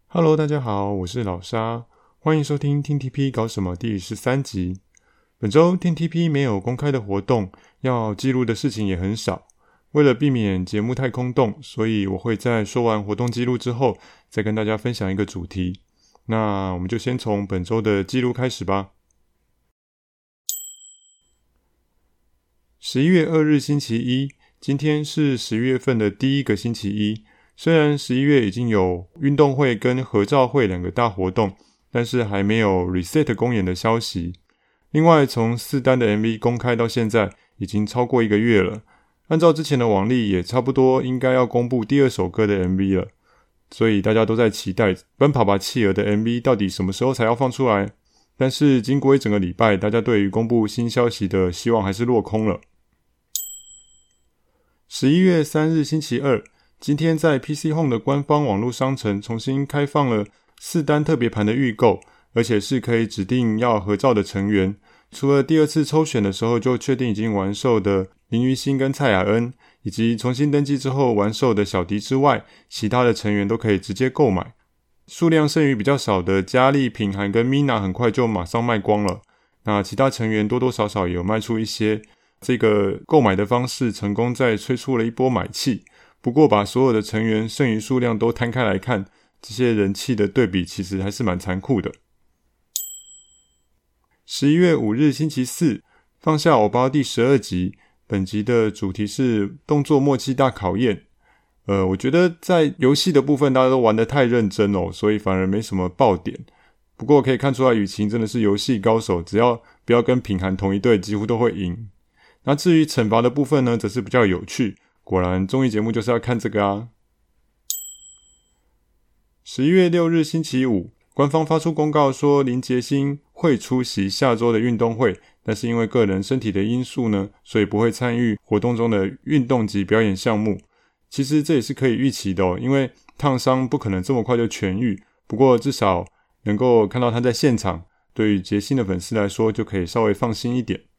Hello， 大家好，我是老沙，欢迎收听听 TP 搞什么第13集。本周听 TP 没有公开的活动，要记录的事情也很少。为了避免节目太空洞，所以我会在说完活动记录之后，再跟大家分享一个主题。那我们就先从本周的记录开始吧。11月2日星期一，今天是11月份的第一个星期一。虽然11月已经有运动会跟合照会两个大活动，但是还没有 Reset 公演的消息。另外，从4单的 MV 公开到现在，已经超过1个月了。按照之前的往例，也差不多应该要公布第2首歌的 MV 了。所以大家都在期待奔跑吧企鹅的 MV 到底什么时候才要放出来。但是经过一整个礼拜，大家对于公布新消息的希望还是落空了。11月3日星期二，今天在 PC Home 的官方网络商城重新开放了4单特别盘的预购，而且是可以指定要合照的成员。除了第2次抽选的时候就确定已经完售的林于欣跟蔡雅恩，以及重新登记之后完售的小迪之外，其他的成员都可以直接购买。数量剩余比较少的佳丽、品涵跟 Mina 很快就马上卖光了。那其他成员多多少少也有卖出一些。这个购买的方式成功再催出了一波买气。不过把所有的成员剩余数量都摊开来看，这些人气的对比其实还是蛮残酷的。11月5日星期四，放下偶包第12集，本集的主题是动作默契大考验。我觉得在游戏的部分大家都玩得太认真哦，所以反而没什么爆点。不过可以看出来雨晴真的是游戏高手，只要不要跟品涵同一队几乎都会赢。那至于惩罚的部分呢，则是比较有趣。果然综艺节目就是要看这个啊。11月6日星期五，官方发出公告说林杰星会出席下周的运动会，但是因为个人身体的因素呢，所以不会参与活动中的运动及表演项目。其实这也是可以预期的哦，因为烫伤不可能这么快就痊愈，不过至少能够看到他在现场，对于杰星的粉丝来说就可以稍微放心一点。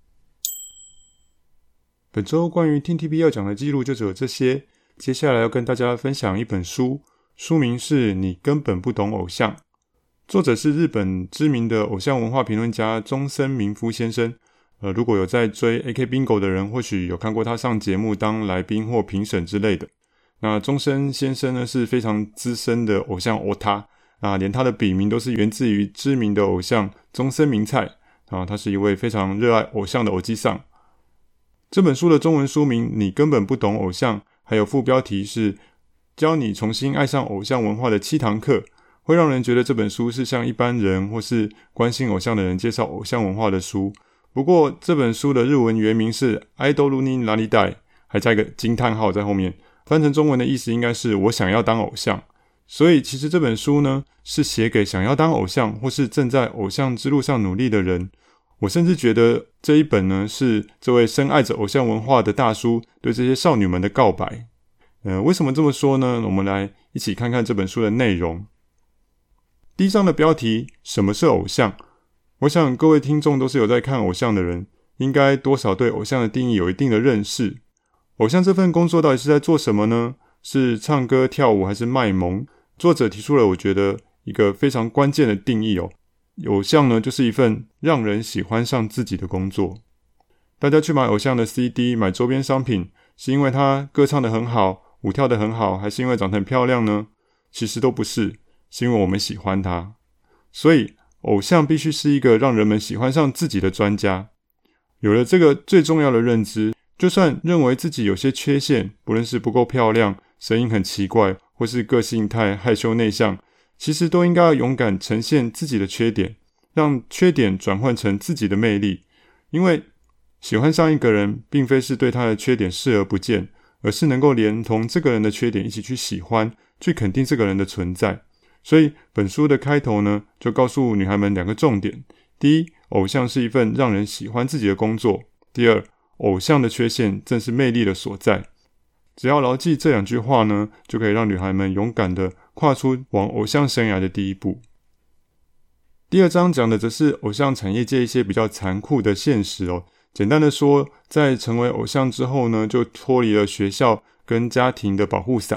本周关于听 TP 要讲的记录就只有这些，接下来要跟大家分享一本书，书名是你根本不懂偶像，作者是日本知名的偶像文化评论家中森明夫先生。如果有在追 AK Bingo 的人，或许有看过他上节目当来宾或评审之类的。那中森先生呢是非常资深的偶像 OTA， 连他的笔名都是源自于知名的偶像中森明菜。他是一位非常热爱偶像的偶基桑。这本书的中文书名你根本不懂偶像，还有副标题是教你重新爱上偶像文化的7堂课，会让人觉得这本书是向一般人或是关心偶像的人介绍偶像文化的书。不过这本书的日文原名是 Idol ni naridai， 还加一个惊叹号在后面，翻成中文的意思应该是我想要当偶像。所以其实这本书呢是写给想要当偶像或是正在偶像之路上努力的人。我甚至觉得这一本呢是这位深爱着偶像文化的大叔对这些少女们的告白。为什么这么说呢？我们来一起看看这本书的内容。第一章的标题，什么是偶像？我想各位听众都是有在看偶像的人，应该多少对偶像的定义有一定的认识。偶像这份工作到底是在做什么呢？是唱歌跳舞还是卖萌？作者提出了我觉得一个非常关键的定义哦。偶像呢就是一份让人喜欢上自己的工作。大家去买偶像的 CD 买周边商品，是因为他歌唱得很好，舞跳得很好，还是因为长得很漂亮呢？其实都不是，是因为我们喜欢他。所以偶像必须是一个让人们喜欢上自己的专家。有了这个最重要的认知，就算认为自己有些缺陷，不论是不够漂亮，声音很奇怪，或是个性太害羞内向，其实都应该要勇敢呈现自己的缺点，让缺点转换成自己的魅力。因为喜欢上一个人并非是对他的缺点视而不见，而是能够连同这个人的缺点一起去喜欢，去肯定这个人的存在。所以本书的开头呢，就告诉女孩们2个重点。第一，偶像是一份让人喜欢自己的工作。第二，偶像的缺陷正是魅力的所在。只要牢记这2句话呢，就可以让女孩们勇敢的跨出往偶像生涯的第一步。第2章讲的则是偶像产业界一些比较残酷的现实哦。简单的说，在成为偶像之后呢，就脱离了学校跟家庭的保护伞，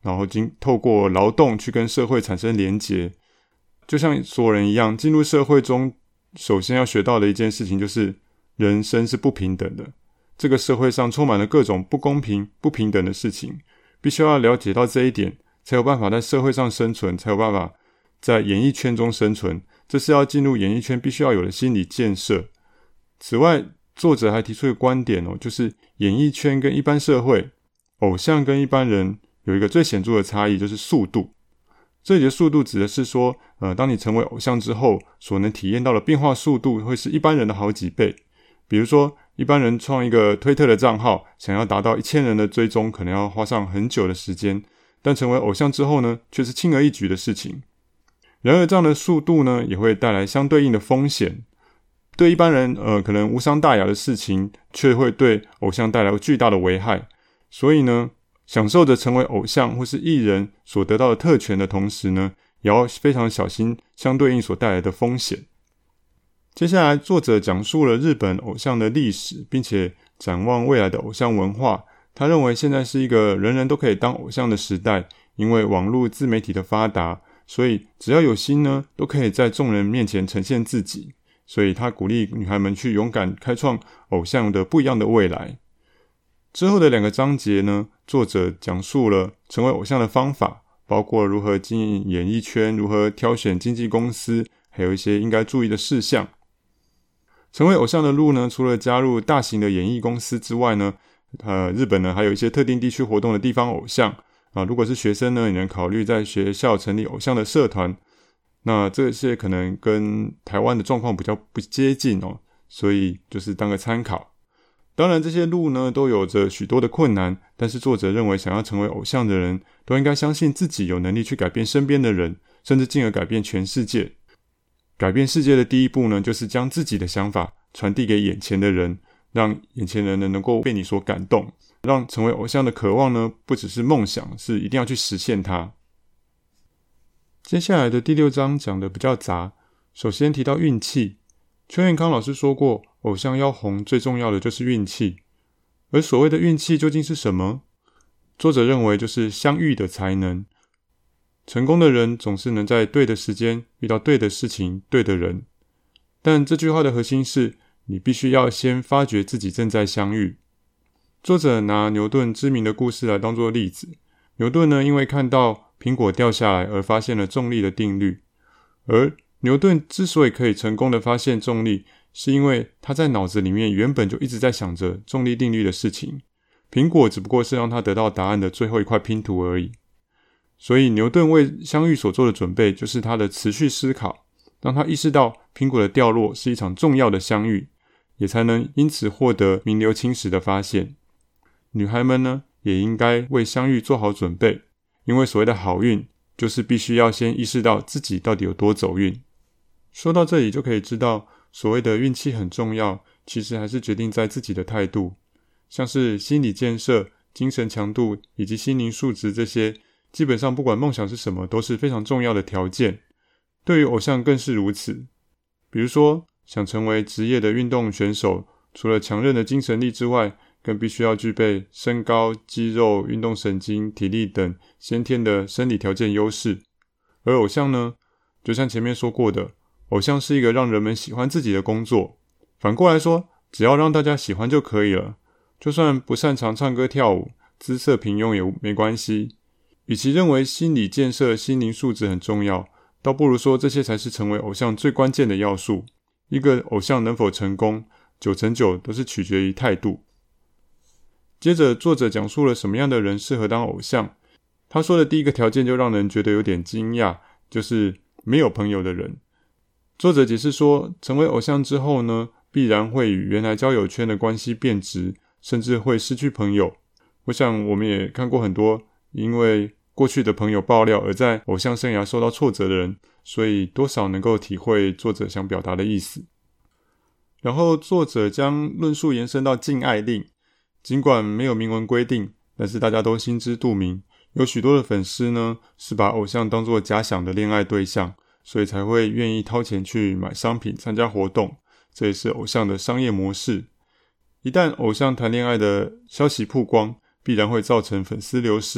然后透过劳动去跟社会产生连结。就像所有人一样，进入社会中首先要学到的一件事情就是人生是不平等的，这个社会上充满了各种不公平不平等的事情，必须要了解到这一点，才有办法在社会上生存，才有办法在演艺圈中生存，这是要进入演艺圈必须要有的心理建设。此外，作者还提出一个观点就是演艺圈跟一般社会，偶像跟一般人有一个最显著的差异，就是速度。这里的速度指的是说当你成为偶像之后所能体验到的变化速度会是一般人的好几倍。比如说一般人创一个推特的账号，想要达到1000人的追踪可能要花上很久的时间，但成为偶像之后呢，却是轻而易举的事情。然而这样的速度呢，也会带来相对应的风险。对一般人可能无伤大雅的事情，却会对偶像带来巨大的危害。所以呢，享受着成为偶像或是艺人所得到的特权的同时呢，也要非常小心相对应所带来的风险。接下来作者讲述了日本偶像的历史，并且展望未来的偶像文化。他认为现在是一个人人都可以当偶像的时代，因为网络自媒体的发达，所以只要有心呢，都可以在众人面前呈现自己。所以他鼓励女孩们去勇敢开创偶像的不一样的未来。之后的2个章节呢，作者讲述了成为偶像的方法，包括如何经营演艺圈，如何挑选经纪公司，还有一些应该注意的事项。成为偶像的路呢，除了加入大型的演艺公司之外呢，日本呢还有一些特定地区活动的地方偶像如果是学生呢，也能考虑在学校成立偶像的社团。那这些可能跟台湾的状况比较不接近所以就是当个参考。当然这些路呢都有着许多的困难，但是作者认为想要成为偶像的人都应该相信自己有能力去改变身边的人，甚至进而改变全世界。改变世界的第一步呢，就是将自己的想法传递给眼前的人，让眼前人能够被你所感动，让成为偶像的渴望呢不只是梦想，是一定要去实现它。接下来的第6章讲的比较杂，首先提到运气。邱彦康老师说过，偶像要红最重要的就是运气。而所谓的运气究竟是什么？作者认为就是相遇的才能。成功的人总是能在对的时间遇到对的事情、对的人。但这句话的核心是，你必须要先发觉自己正在相遇。作者拿牛顿知名的故事来当作例子。牛顿呢，因为看到苹果掉下来而发现了重力的定律。而牛顿之所以可以成功的发现重力，是因为他在脑子里面原本就一直在想着重力定律的事情。苹果只不过是让他得到答案的最后一块拼图而已。所以牛顿为相遇所做的准备，就是他的持续思考，让他意识到苹果的掉落是一场重要的相遇，也才能因此获得名留青史的发现。女孩们呢，也应该为相遇做好准备，因为所谓的好运，就是必须要先意识到自己到底有多走运。说到这里就可以知道，所谓的运气很重要，其实还是决定在自己的态度，像是心理建设、精神强度以及心灵素质，这些基本上不管梦想是什么，都是非常重要的条件。对于偶像更是如此。比如说想成为职业的运动选手，除了强韧的精神力之外，更必须要具备身高、肌肉、运动神经、体力等先天的生理条件优势。而偶像呢，就像前面说过的，偶像是一个让人们喜欢自己的工作。反过来说，只要让大家喜欢就可以了，就算不擅长唱歌跳舞，姿色平庸也没关系。与其认为心理建设、心灵素质很重要，倒不如说这些才是成为偶像最关键的要素。一个偶像能否成功，9成9都是取决于态度。接着作者讲述了什么样的人适合当偶像。他说的第一个条件就让人觉得有点惊讶，就是没有朋友的人。作者解释说，成为偶像之后呢，必然会与原来交友圈的关系变质，甚至会失去朋友。我想我们也看过很多因为过去的朋友爆料而在偶像生涯受到挫折的人，所以多少能够体会作者想表达的意思。然后作者将论述延伸到禁爱令。尽管没有明文规定，但是大家都心知肚明，有许多的粉丝呢是把偶像当作假想的恋爱对象，所以才会愿意掏钱去买商品参加活动，这也是偶像的商业模式。一旦偶像谈恋爱的消息曝光，必然会造成粉丝流失，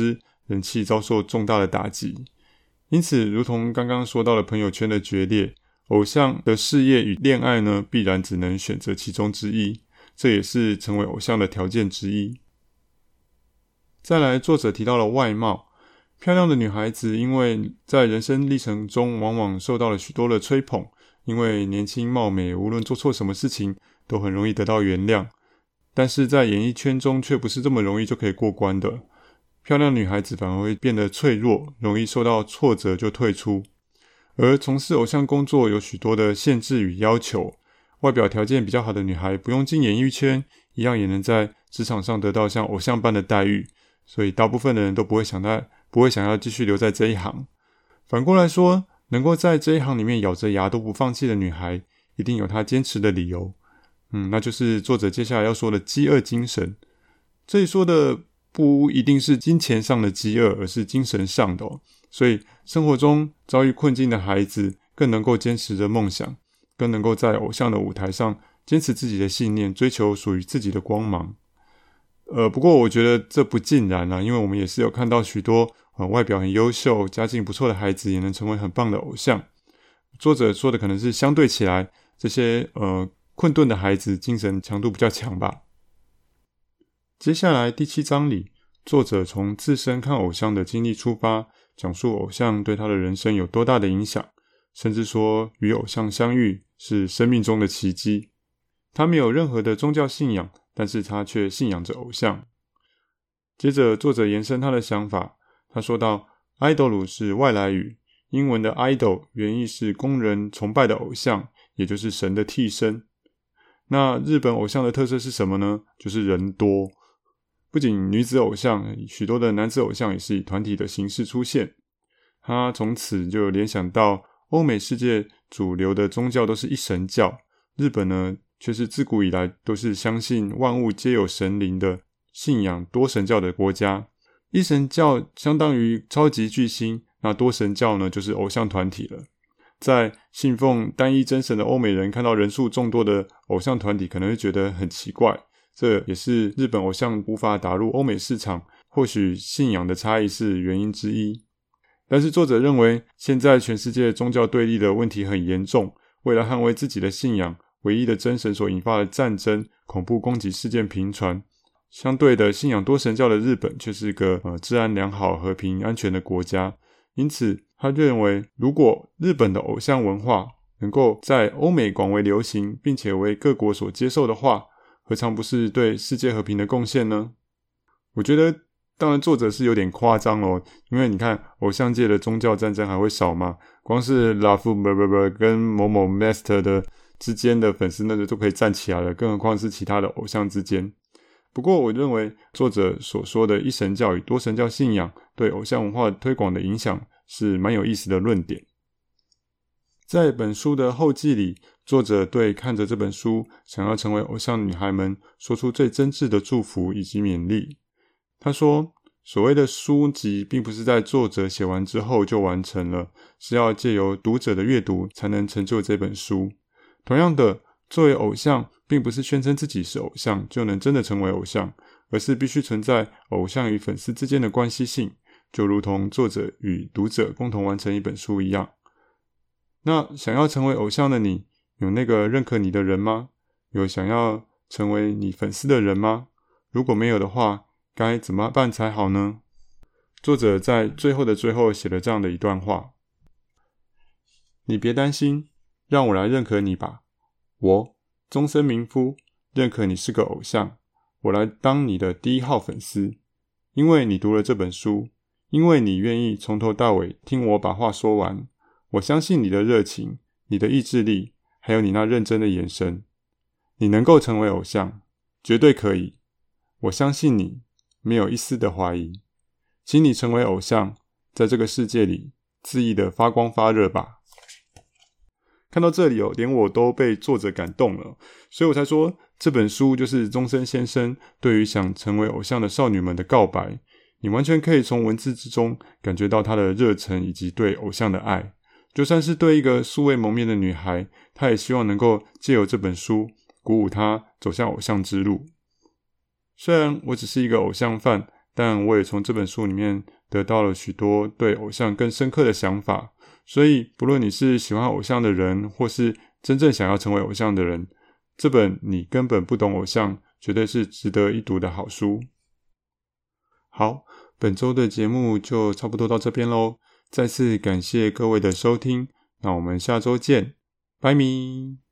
人气遭受重大的打击。因此，如同刚刚说到的朋友圈的决裂，偶像的事业与恋爱呢，必然只能选择其中之一，这也是成为偶像的条件之一。再来，作者提到了外貌，漂亮的女孩子因为在人生历程中往往受到了许多的吹捧，因为年轻貌美，无论做错什么事情都很容易得到原谅，但是在演艺圈中却不是这么容易就可以过关的。漂亮女孩子反而会变得脆弱，容易受到挫折就退出。而从事偶像工作有许多的限制与要求，外表条件比较好的女孩不用进演艺圈，一样也能在职场上得到像偶像般的待遇，所以大部分的人都不会想要继续留在这一行。反过来说，能够在这一行里面咬着牙都不放弃的女孩，一定有她坚持的理由。那就是作者接下来要说的饥饿精神。这里说的不一定是金钱上的饥饿，而是精神上的所以生活中遭遇困境的孩子更能够坚持着梦想，更能够在偶像的舞台上坚持自己的信念，追求属于自己的光芒。不过我觉得这不尽然因为我们也是有看到许多外表很优秀、家境不错的孩子也能成为很棒的偶像。作者说的可能是相对起来，这些困顿的孩子精神强度比较强吧。接下来第7章里，作者从自身看偶像的经历出发，讲述偶像对他的人生有多大的影响，甚至说与偶像相遇是生命中的奇迹。他没有任何的宗教信仰，但是他却信仰着偶像。接着作者延伸他的想法，他说到 idol 是外来语，英文的 idol 原意是供人崇拜的偶像，也就是神的替身。那日本偶像的特色是什么呢？就是人多。不仅女子偶像，许多的男子偶像也是以团体的形式出现。他从此就联想到欧美世界主流的宗教都是一神教，日本呢却是自古以来都是相信万物皆有神灵的信仰多神教的国家。一神教相当于超级巨星，那多神教呢就是偶像团体了。在信奉单一真神的欧美人看到人数众多的偶像团体可能会觉得很奇怪，这也是日本偶像无法打入欧美市场，或许信仰的差异是原因之一。但是作者认为，现在全世界宗教对立的问题很严重，为了捍卫自己的信仰，唯一的真神所引发的战争、恐怖攻击事件频传。相对的，信仰多神教的日本却是个治安良好、和平安全的国家。因此他认为，如果日本的偶像文化能够在欧美广为流行，并且为各国所接受的话，何尝不是对世界和平的贡献呢？我觉得当然作者是有点夸张因为你看偶像界的宗教战争还会少吗？光是 Love 跟某某 Master 的之间的粉丝那就都可以站起来了，更何况是其他的偶像之间。不过我认为作者所说的一神教与多神教信仰对偶像文化推广的影响是蛮有意思的论点。在本书的后记里，作者对看着这本书想要成为偶像的女孩们说出最真挚的祝福以及勉励。他说，所谓的书籍并不是在作者写完之后就完成了，是要借由读者的阅读才能成就这本书。同样的，作为偶像并不是宣称自己是偶像就能真的成为偶像，而是必须存在偶像与粉丝之间的关系性，就如同作者与读者共同完成一本书一样。那想要成为偶像的你，有那个认可你的人吗？有想要成为你粉丝的人吗？如果没有的话，该怎么办才好呢？作者在最后的最后写了这样的一段话：你别担心，让我来认可你吧。我中森明夫认可你是个偶像，我来当你的第1号粉丝，因为你读了这本书，因为你愿意从头到尾听我把话说完。我相信你的热情，你的意志力，还有你那认真的眼神。你能够成为偶像，绝对可以。我相信你，没有一丝的怀疑。请你成为偶像，在这个世界里恣意的发光发热吧。看到这里连我都被作者感动了，所以我才说这本书就是中森先生对于想成为偶像的少女们的告白。你完全可以从文字之中感觉到他的热忱以及对偶像的爱。就算是对一个素未谋面的女孩，她也希望能够借由这本书鼓舞她走向偶像之路。虽然我只是一个偶像范，但我也从这本书里面得到了许多对偶像更深刻的想法。所以不论你是喜欢偶像的人，或是真正想要成为偶像的人，这本你根本不懂偶像绝对是值得一读的好书。好，本周的节目就差不多到这边咯，再次感谢各位的收听，那我们下周见，拜咪。